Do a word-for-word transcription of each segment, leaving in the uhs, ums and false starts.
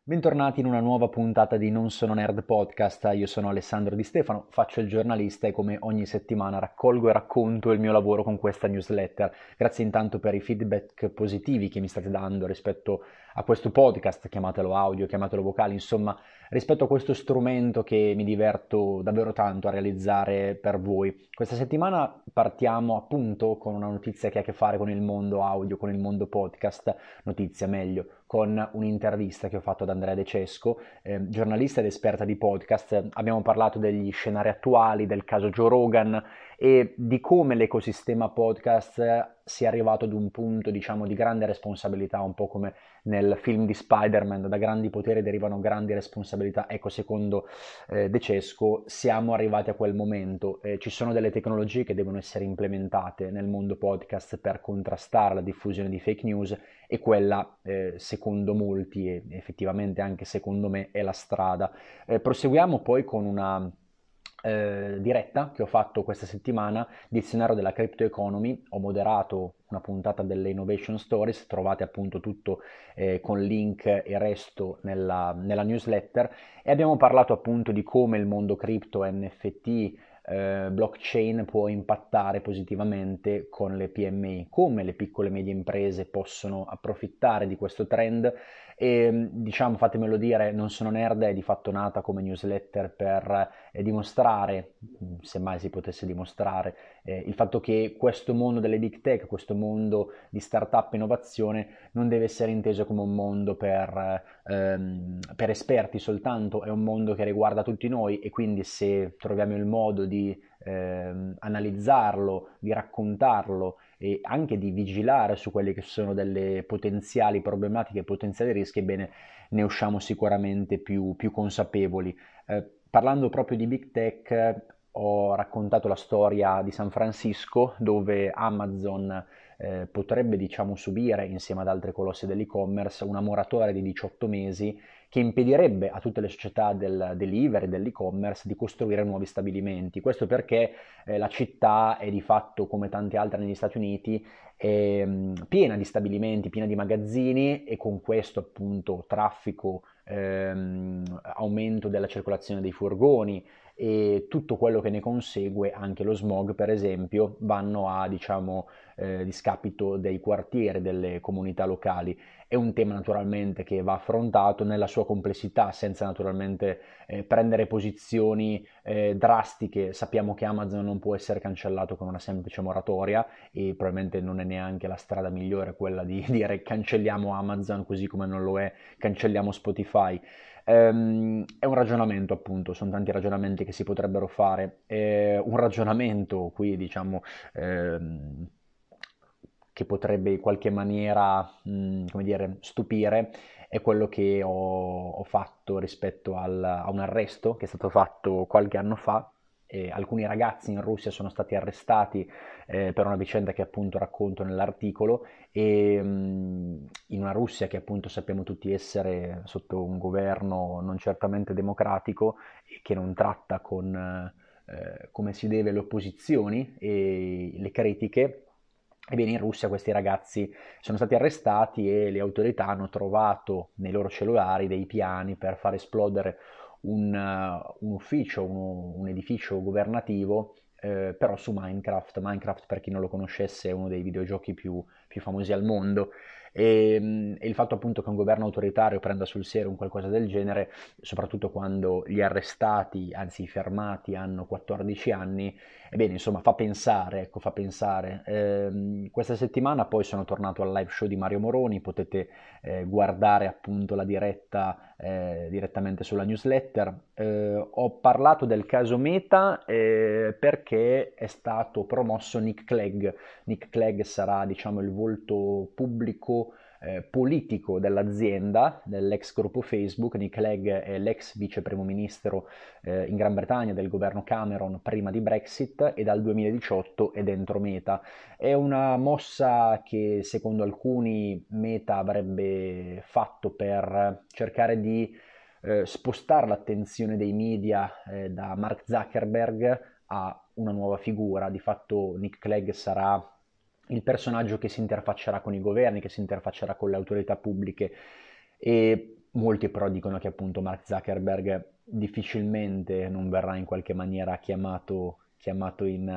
Bentornati in una nuova puntata di Non Sono Nerd Podcast, io sono Alessandro Di Stefano, faccio il giornalista e come ogni settimana raccolgo e racconto il mio lavoro con questa newsletter. Grazie intanto per i feedback positivi che mi state dando rispetto a questo podcast, chiamatelo audio, chiamatelo vocale, insomma, rispetto a questo strumento che mi diverto davvero tanto a realizzare per voi. Questa settimana partiamo appunto con una notizia che ha a che fare con il mondo audio, con il mondo podcast, notizia meglio con un'intervista che ho fatto ad Andrea De Cesco, eh, giornalista ed esperta di podcast. Abbiamo parlato degli scenari attuali, del caso Joe Rogan e di come l'ecosistema podcast sia arrivato ad un punto, diciamo, di grande responsabilità, un po' come nel film di Spider-Man, da grandi poteri derivano grandi responsabilità. Ecco, secondo eh, De Cesco siamo arrivati a quel momento. Eh, ci sono delle tecnologie che devono essere implementate nel mondo podcast per contrastare la diffusione di fake news e quella, eh, secondo molti e effettivamente anche secondo me, è la strada. Eh, proseguiamo poi con una eh, diretta che ho fatto questa settimana, dizionario della crypto economy. Ho moderato una puntata delle Innovation Stories, trovate appunto tutto eh, con link e resto nella, nella newsletter, e abbiamo parlato appunto di come il mondo cripto, N F T, eh, blockchain può impattare positivamente con le P M I, come le piccole e medie imprese possono approfittare di questo trend. E diciamo, fatemelo dire, Non Sono Nerd è di fatto nata come newsletter per eh, dimostrare, se mai si potesse dimostrare, eh, il fatto che questo mondo delle big tech, questo mondo di startup e innovazione non deve essere inteso come un mondo per, ehm, per esperti soltanto, è un mondo che riguarda tutti noi, e quindi se troviamo il modo di ehm, analizzarlo, di raccontarlo e anche di vigilare su quelle che sono delle potenziali problematiche, potenziali rischi, ebbene ne usciamo sicuramente più, più consapevoli. Eh, parlando proprio di big tech, ho raccontato la storia di San Francisco, dove Amazon eh, potrebbe, diciamo, subire, insieme ad altri colossi dell'e-commerce, una moratoria di diciotto mesi che impedirebbe a tutte le società del delivery, dell'e-commerce, di costruire nuovi stabilimenti. Questo perché eh, la città è di fatto, come tante altre negli Stati Uniti, è mh, piena di stabilimenti, piena di magazzini, e con questo appunto traffico, ehm, aumento della circolazione dei furgoni e tutto quello che ne consegue, anche lo smog per esempio, vanno a, diciamo, eh, discapito dei quartieri, delle comunità locali. È un tema naturalmente che va affrontato nella sua complessità, senza naturalmente eh, prendere posizioni eh, drastiche. Sappiamo che Amazon non può essere cancellato con una semplice moratoria, e probabilmente non è neanche la strada migliore quella di dire cancelliamo Amazon, così come non lo è cancelliamo Spotify. Ehm, è un ragionamento, appunto, sono tanti ragionamenti che si potrebbero fare. È un ragionamento qui, diciamo, ehm, che potrebbe in qualche maniera, mh, come dire, stupire, è quello che ho, ho fatto rispetto al- a un arresto che è stato fatto qualche anno fa. E alcuni ragazzi in Russia sono stati arrestati eh, per una vicenda che appunto racconto nell'articolo, e mh, in una Russia che appunto sappiamo tutti essere sotto un governo non certamente democratico e che non tratta con eh, come si deve le opposizioni e le critiche. Ebbene, in Russia questi ragazzi sono stati arrestati e le autorità hanno trovato nei loro cellulari dei piani per far esplodere un, uh, un ufficio, un, un edificio governativo, eh, però su Minecraft. Minecraft, per chi non lo conoscesse, è uno dei videogiochi più, più famosi al mondo. E, mm, e il fatto appunto che un governo autoritario prenda sul serio un qualcosa del genere, soprattutto quando gli arrestati, anzi i fermati, hanno quattordici anni, ebbene, insomma, fa pensare, ecco, fa pensare. Ehm, questa settimana poi sono tornato al live show di Mario Moroni, potete eh, guardare appunto la diretta eh, direttamente sulla newsletter. Eh, ho parlato del caso Meta eh, perché è stato promosso Nick Clegg. Nick Clegg sarà, diciamo, il volto pubblico eh, politico dell'azienda, dell'ex gruppo Facebook. Nick Clegg è l'ex vice primo ministro eh, in Gran Bretagna del governo Cameron prima di Brexit, e dal duemiladiciotto è dentro Meta. È una mossa che secondo alcuni Meta avrebbe fatto per cercare di eh, spostare l'attenzione dei media eh, da Mark Zuckerberg a una nuova figura. Di fatto Nick Clegg sarà il personaggio che si interfaccerà con i governi, che si interfaccerà con le autorità pubbliche, e molti però dicono che appunto Mark Zuckerberg difficilmente non verrà in qualche maniera chiamato, chiamato in,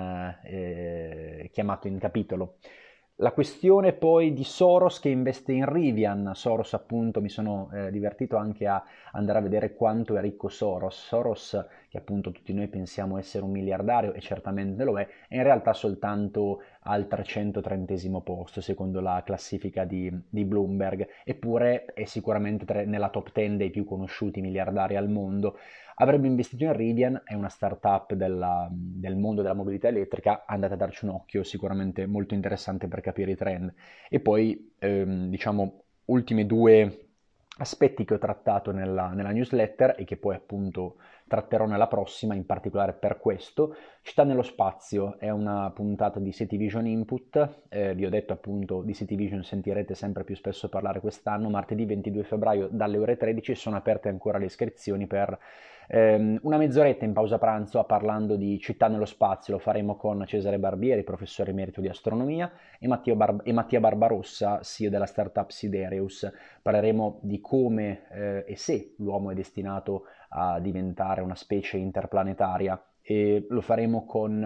eh, chiamato in capitolo. La questione poi di Soros che investe in Rivian. Soros appunto, mi sono eh, divertito anche a andare a vedere quanto è ricco Soros. Soros, che appunto tutti noi pensiamo essere un miliardario e certamente lo è, è in realtà soltanto al trecentotrentesimo posto secondo la classifica di, di Bloomberg, eppure è sicuramente tra, nella top dieci dei più conosciuti miliardari al mondo. Avrebbe investito in Rivian, è una startup della, del mondo della mobilità elettrica, andate a darci un occhio, sicuramente molto interessante per capire i trend. E poi, ehm, diciamo, ultimi due aspetti che ho trattato nella, nella newsletter e che poi appunto tratterò nella prossima, in particolare per questo. Città nello spazio è una puntata di City Vision Input, eh, vi ho detto appunto di City Vision sentirete sempre più spesso parlare quest'anno, martedì ventidue febbraio dalle ore tredici sono aperte ancora le iscrizioni per ehm, una mezz'oretta in pausa pranzo a parlando di Città nello spazio, lo faremo con Cesare Barbieri, professore emerito di astronomia, e, Matteo Bar- e Mattia Barbarossa, C E O della startup Sidereus. Parleremo di come eh, e se l'uomo è destinato a diventare una specie interplanetaria e lo faremo con,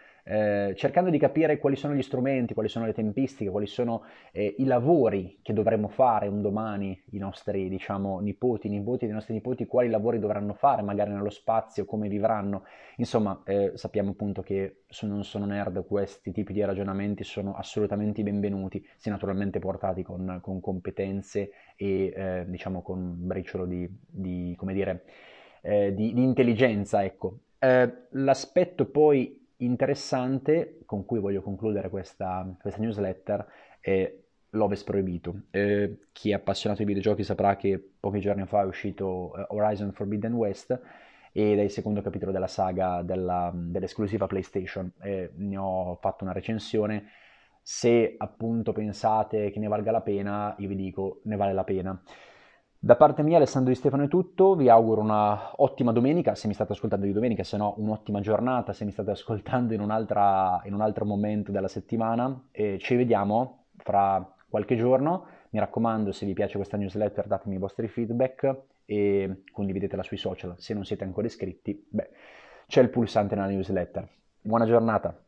eh, cercando di capire quali sono gli strumenti, quali sono le tempistiche, quali sono eh, i lavori che dovremmo fare un domani, i nostri diciamo nipoti, nipoti dei nostri nipoti, quali lavori dovranno fare magari nello spazio, come vivranno. Insomma, eh, sappiamo appunto che se non sono nerd questi tipi di ragionamenti sono assolutamente benvenuti, se naturalmente portati con, con competenze e eh, diciamo con un briciolo di, di come dire, eh, di, di intelligenza, ecco. Eh, l'aspetto poi interessante con cui voglio concludere questa, questa newsletter è l'Ovest Proibito. Eh, chi è appassionato di videogiochi saprà che pochi giorni fa è uscito eh, Horizon Forbidden West ed è il secondo capitolo della saga della, dell'esclusiva PlayStation. Eh, ne ho fatto una recensione. Se appunto pensate che ne valga la pena, io vi dico ne vale la pena. Da parte mia, Alessandro Di Stefano è tutto, vi auguro una ottima domenica, se mi state ascoltando di domenica, se no un'ottima giornata, se mi state ascoltando in, un'altra, in un altro momento della settimana, e ci vediamo fra qualche giorno. Mi raccomando, se vi piace questa newsletter datemi i vostri feedback e condividetela sui social. Se non siete ancora iscritti, beh, c'è il pulsante nella newsletter. Buona giornata!